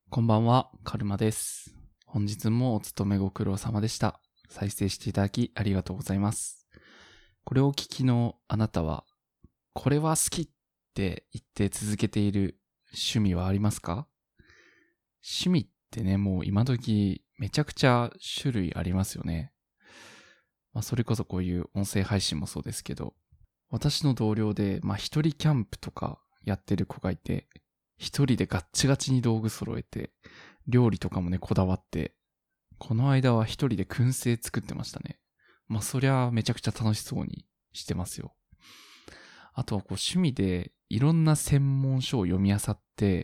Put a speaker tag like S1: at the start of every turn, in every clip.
S1: こんばんは、カルマです。本日もお勤めご苦労様でした。再生していただきありがとうございます。これをお聞きのあなたは、これは好きって言って続けている趣味はありますか？趣味ってね、もう今時めちゃくちゃ種類ありますよね。それこそこういう音声配信もそうですけど、私の同僚で、一人キャンプとかやってる子がいて、一人でガッチガチに道具揃えて、料理とかもね、こだわって、この間は一人で燻製作ってましたね。そりゃめちゃくちゃ楽しそうにしてますよ。あとは趣味でいろんな専門書を読み漁って、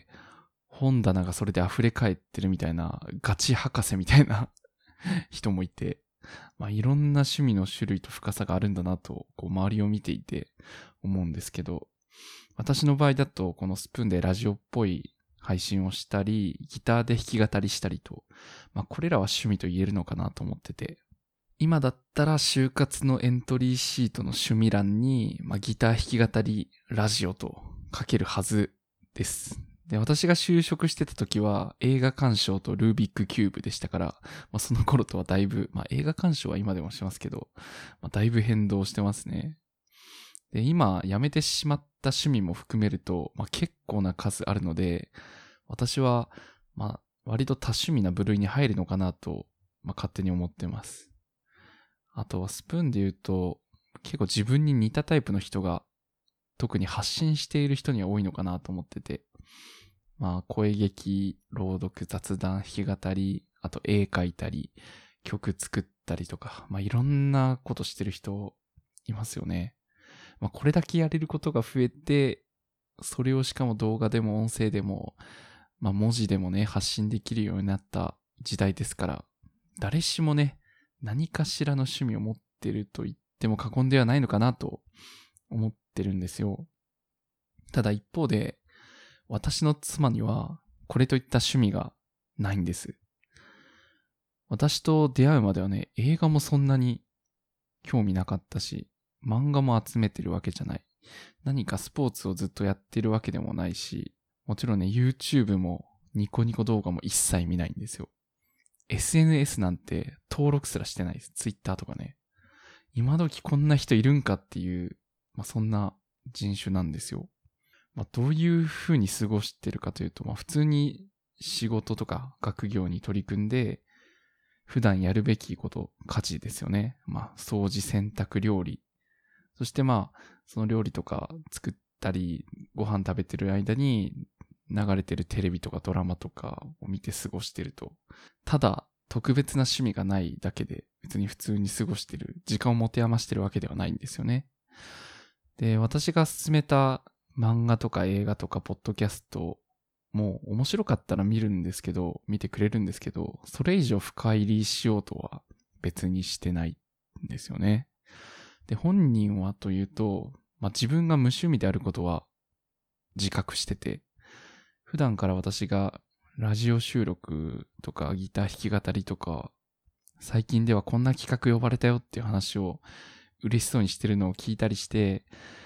S1: 本棚がそれで溢れ返ってるみたいな、ガチ博士みたいな人もいて、いろんな趣味の種類と深さがあるんだなと、周りを見ていて思うんですけど、私の場合だと、このスプーンでラジオっぽい配信をしたり、ギターで弾き語りしたりと、これらは趣味と言えるのかなと思ってて、今だったら就活のエントリーシートの趣味欄に、ギター弾き語り、ラジオと書けるはずです。で、私が就職してた時は映画鑑賞とルービックキューブでしたから、その頃とはだいぶ、映画鑑賞は今でもしますけど、だいぶ変動してますね。で、今やめてしまった趣味も含めると、結構な数あるので、私は、割と多趣味な部類に入るのかなと、勝手に思ってます。あとはスプーンで言うと、結構自分に似たタイプの人が、特に発信している人には多いのかなと思ってて、声劇、朗読、雑談、弾き語り、あと絵描いたり、曲作ったりとか、いろんなことしてる人いますよね。これだけやれることが増えて、それをしかも動画でも音声でも、文字でもね、発信できるようになった時代ですから、誰しもね、何かしらの趣味を持ってると言っても過言ではないのかなと思ってるんですよ。ただ一方で、私の妻にはこれといった趣味がないんです。私と出会うまではね、映画もそんなに興味なかったし、漫画も集めてるわけじゃない。何かスポーツをずっとやってるわけでもないし、もちろんね、YouTube もニコニコ動画も一切見ないんですよ。SNS なんて登録すらしてないです。Twitter とかね。今時こんな人いるんかっていう、そんな人種なんですよ。どういう風に過ごしてるかというと、普通に仕事とか学業に取り組んで、普段やるべきこと、家事ですよね。掃除、洗濯、料理。そしてその料理とか作ったり、ご飯食べてる間に流れてるテレビとかドラマとかを見て過ごしてると、ただ特別な趣味がないだけで別に普通に過ごしてる、時間を持て余してるわけではないんですよね。で、私が勧めた漫画とか映画とかポッドキャストも面白かったら見てくれるんですけど、それ以上深入りしようとは別にしてないんですよね。で、本人はというと、自分が無趣味であることは自覚してて、普段から私がラジオ収録とかギター弾き語りとか、最近ではこんな企画呼ばれたよっていう話を嬉しそうにしてるのを聞いたりして、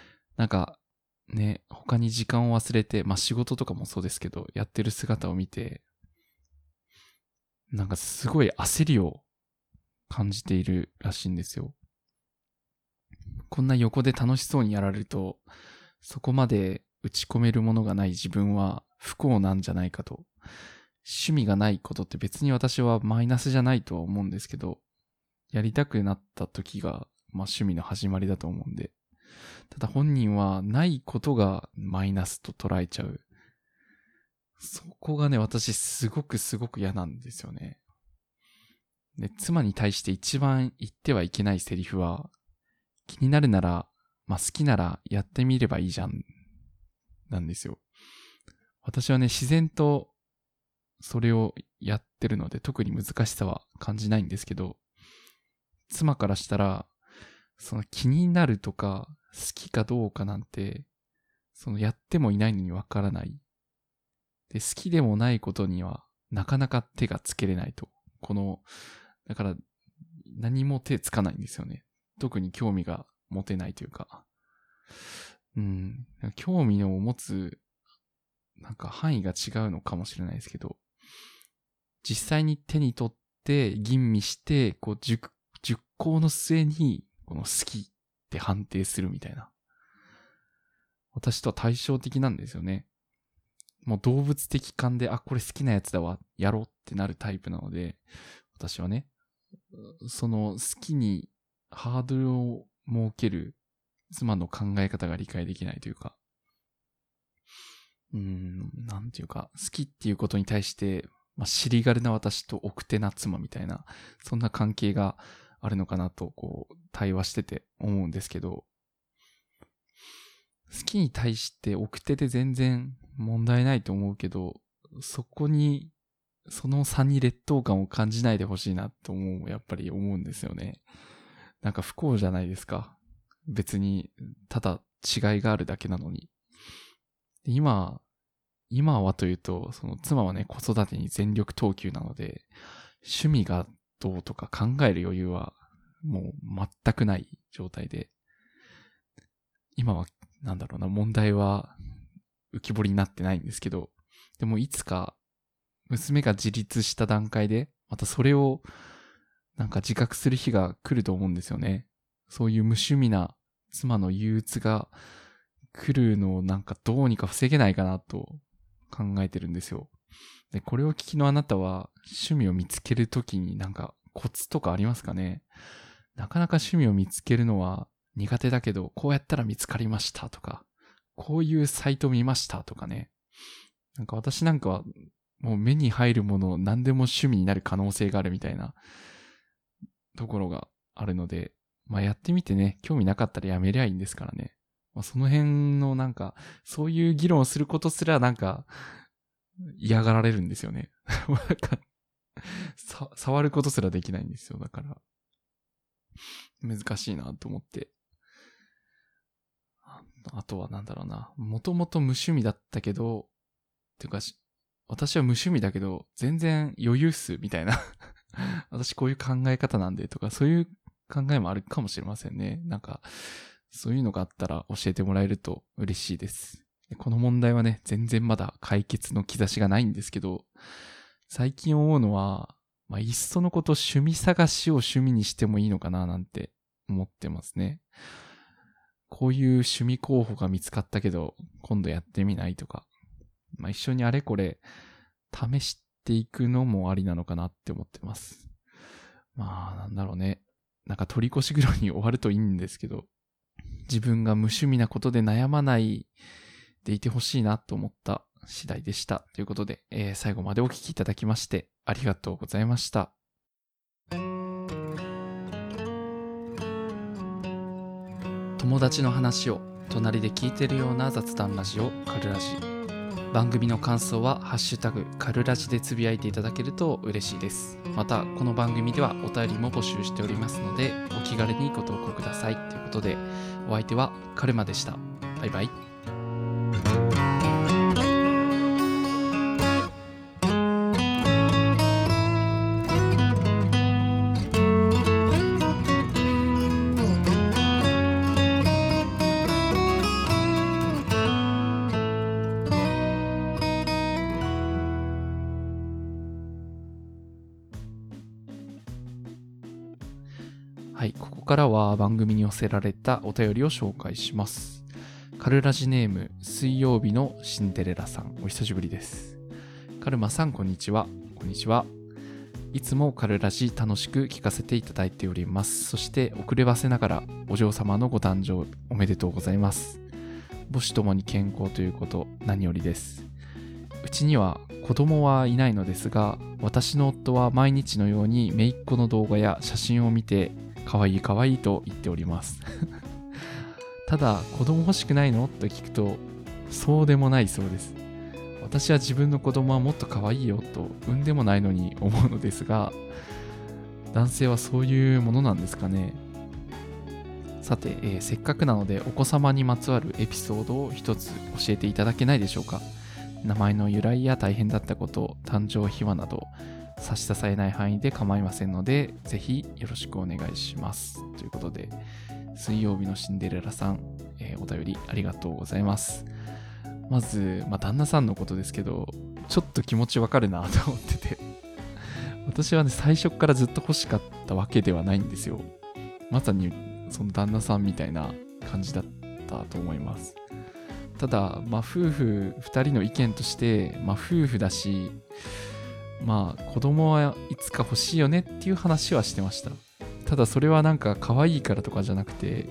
S1: 他に時間を忘れて、仕事とかもそうですけど、やってる姿を見て、すごい焦りを感じているらしいんですよ。こんな横で楽しそうにやられると、そこまで打ち込めるものがない自分は不幸なんじゃないかと。趣味がないことって別に私はマイナスじゃないとは思うんですけど、やりたくなった時が、趣味の始まりだと思うんで。ただ本人はないことがマイナスと捉えちゃう。そこがね、私すごく嫌なんですよね。で、妻に対して一番言ってはいけないセリフは、気になるなら、好きならやってみればいいじゃん、なんですよ。私はね、自然とそれをやってるので、特に難しさは感じないんですけど、妻からしたら、その気になるとか、好きかどうかなんて、やってもいないのにわからない。で、好きでもないことには、なかなか手がつけれないと。だから、何も手つかないんですよね。特に興味が持てないというか。興味を持つ、範囲が違うのかもしれないですけど、 実際に手に取って吟味して、こう熟考の末に、この好きって判定するみたいな。私とは対照的なんですよね。もう動物的感で、これ好きなやつだわ、やろうってなるタイプなので、私はね、その好きにハードルを設ける妻の考え方が理解できないというか、なんていうか、好きっていうことに対して、尻軽な私と奥手な妻みたいな、そんな関係があるのかなと、こう、対話してて思うんですけど、好きに対して奥手で全然問題ないと思うけど、そこに、その差に劣等感を感じないでほしいなとやっぱり思うんですよね。なんか不幸じゃないですか。別に、ただ違いがあるだけなのに。今はというと、その妻はね、子育てに全力投球なので、趣味がどうとか考える余裕はもう全くない状態で、今は問題は浮き彫りになってないんですけど、でもいつか娘が自立した段階で、またそれを自覚する日が来ると思うんですよね。そういう無趣味な妻の憂鬱が来るのをどうにか防げないかなと考えてるんですよ。で、これを聞きのあなたは趣味を見つけるときにコツとかありますかね？なかなか趣味を見つけるのは苦手だけど、こうやったら見つかりましたとか、こういうサイト見ましたとかね。私はもう目に入るもの何でも趣味になる可能性があるみたいなところがあるので、やってみてね、興味なかったらやめりゃいいんですからね。その辺のそういう議論をすることすら嫌がられるんですよね。触ることすらできないんですよ。だから、難しいなと思って。あとはもともと無趣味だったけど、ていうか、私は無趣味だけど、全然余裕っす、みたいな。私こういう考え方なんでとか、そういう考えもあるかもしれませんね。そういうのがあったら教えてもらえると嬉しいです。この問題はね、全然まだ解決の兆しがないんですけど、最近思うのは、いっそのこと趣味探しを趣味にしてもいいのかななんて思ってますね。こういう趣味候補が見つかったけど、今度やってみないとか、一緒にあれこれ試していくのもありなのかなって思ってます。取り越し苦労に終わるといいんですけど、自分が無趣味なことで悩まないでいてほしいなと思った次第でした。ということで、最後までお聞きいただきましてありがとうございました。友達の話を隣で聞いてるような雑談ラジオカルラジ。番組の感想はハッシュタグカルラジでつぶやいていただけると嬉しいです。またこの番組ではお便りも募集しておりますので、お気軽にご投稿ください。ということで、お相手はカルマでした。バイバイ。はい、ここからは番組に寄せられたお便りを紹介します。カルラジネーム水曜日のシンデレラさん、お久しぶりです。カルマさん、こんにちは。こんにちは。いつもカルラジ楽しく聞かせていただいております。そして遅ればせながらお嬢様のご誕生おめでとうございます。母子ともに健康ということ何よりです。うちには子供はいないのですが、私の夫は毎日のように姪っ子の動画や写真を見てかわいいかわいいと言っておりますただ子供欲しくないのと聞くと、そうでもないそうです。私は自分の子供はもっとかわいいよと産んでもないのに思うのですが、男性はそういうものなんですかね。さて、せっかくなのでお子様にまつわるエピソードを一つ教えていただけないでしょうか。名前の由来や大変だったこと、誕生秘話など差し支えない範囲で構いませんので、ぜひよろしくお願いします。ということで、水曜日のシンデレラさん、お便りありがとうございます。まず、旦那さんのことですけど、ちょっと気持ちわかるなと思ってて私はね、最初からずっと欲しかったわけではないんですよ。まさにその旦那さんみたいな感じだったと思います。ただ、夫婦2人の意見として、夫婦だし、子供はいつか欲しいよねっていう話はしてました。ただそれはなんか可愛いからとかじゃなくて、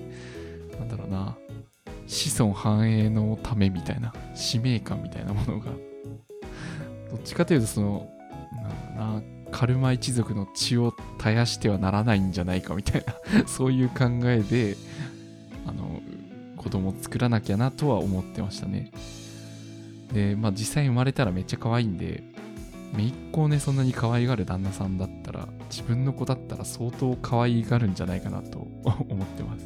S1: 子孫繁栄のためみたいな、使命感みたいなものが、どっちかというとカルマ一族の血を絶やしてはならないんじゃないかみたいなそういう考えで子供を作らなきゃなとは思ってましたね。で実際生まれたらめっちゃ可愛いんで、姪っ子をねそんなに可愛がる旦那さんだったら、自分の子だったら相当可愛がるんじゃないかなと思ってます。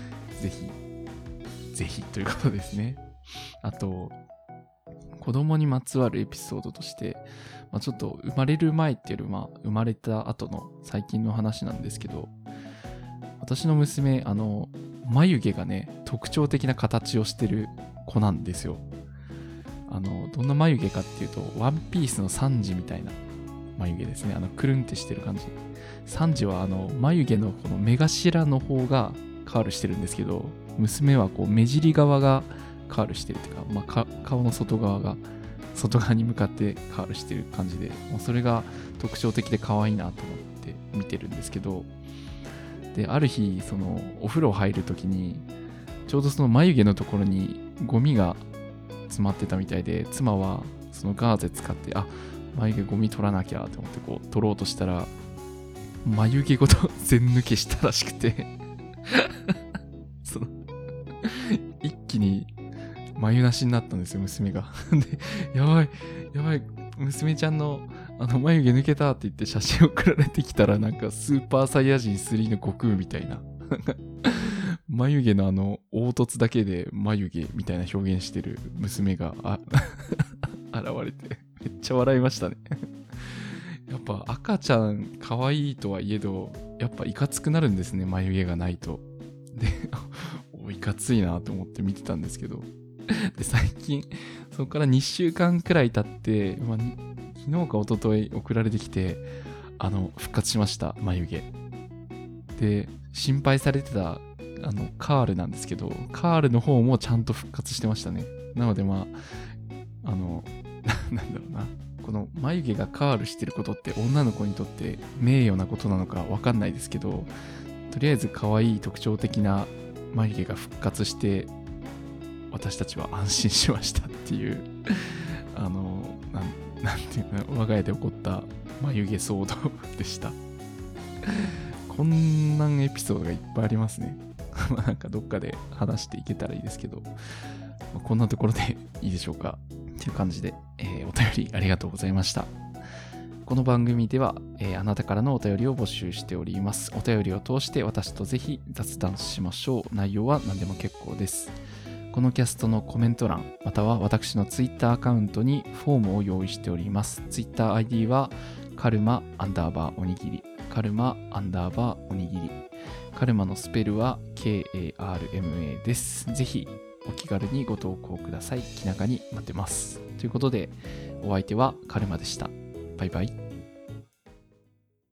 S1: ぜひということですね。あと子供にまつわるエピソードとして、ちょっと生まれる前っていうより生まれた後の最近の話なんですけど、私の娘眉毛がね特徴的な形をしてる子なんですよ。どんな眉毛かっていうと、ワンピースのサンジみたいな眉毛ですね。くるんってしてる感じ。サンジは眉毛のこの目頭の方がカールしてるんですけど、娘はこう目尻側がカールしてるっていうか、顔の外側に向かってカールしてる感じで、もうそれが特徴的で可愛いなと思って見てるんですけど、である日そのお風呂入るときにちょうどその眉毛のところにゴミが詰まってたみたいで、妻はそのガーゼ使って眉毛ゴミ取らなきゃと思ってこう取ろうとしたら、眉毛ごと全抜けしたらしくてその一気に眉なしになったんですよ、娘がでやばい娘ちゃんの眉毛抜けたって言って写真送られてきたら、なんかスーパーサイヤ人3の悟空みたいな眉毛の凹凸だけで眉毛みたいな表現してる娘が現れてめっちゃ笑いましたねやっぱ赤ちゃん可愛いとはいえど、やっぱいかつくなるんですね、眉毛がないと。でいかついなと思って見てたんですけど、で最近そこから2週間くらい経って、昨日か一昨日送られてきて、復活しました、眉毛で。心配されてたカールなんですけど、カールの方もちゃんと復活してましたね。なのでこの眉毛がカールしてることって女の子にとって名誉なことなのかわかんないですけど、とりあえず可愛い特徴的な眉毛が復活して私たちは安心しましたっていうなんていうの、我が家で起こった眉毛騒動でしたこんなエピソードがいっぱいありますねなんかどっかで話していけたらいいですけど、こんなところでいいでしょうかっていう感じで、お便りありがとうございました。この番組では、あなたからのお便りを募集しております。お便りを通して私とぜひ雑談しましょう。内容は何でも結構です。このキャストのコメント欄、または私のツイッターアカウントにフォームを用意しております。ツイッター ID はカルマ_おにぎり、カルマ_おにぎり。カルマのスペルは KARMA です。ぜひお気軽にご投稿ください。気長に待ってます。ということで、お相手はカルマでした。バイバイ。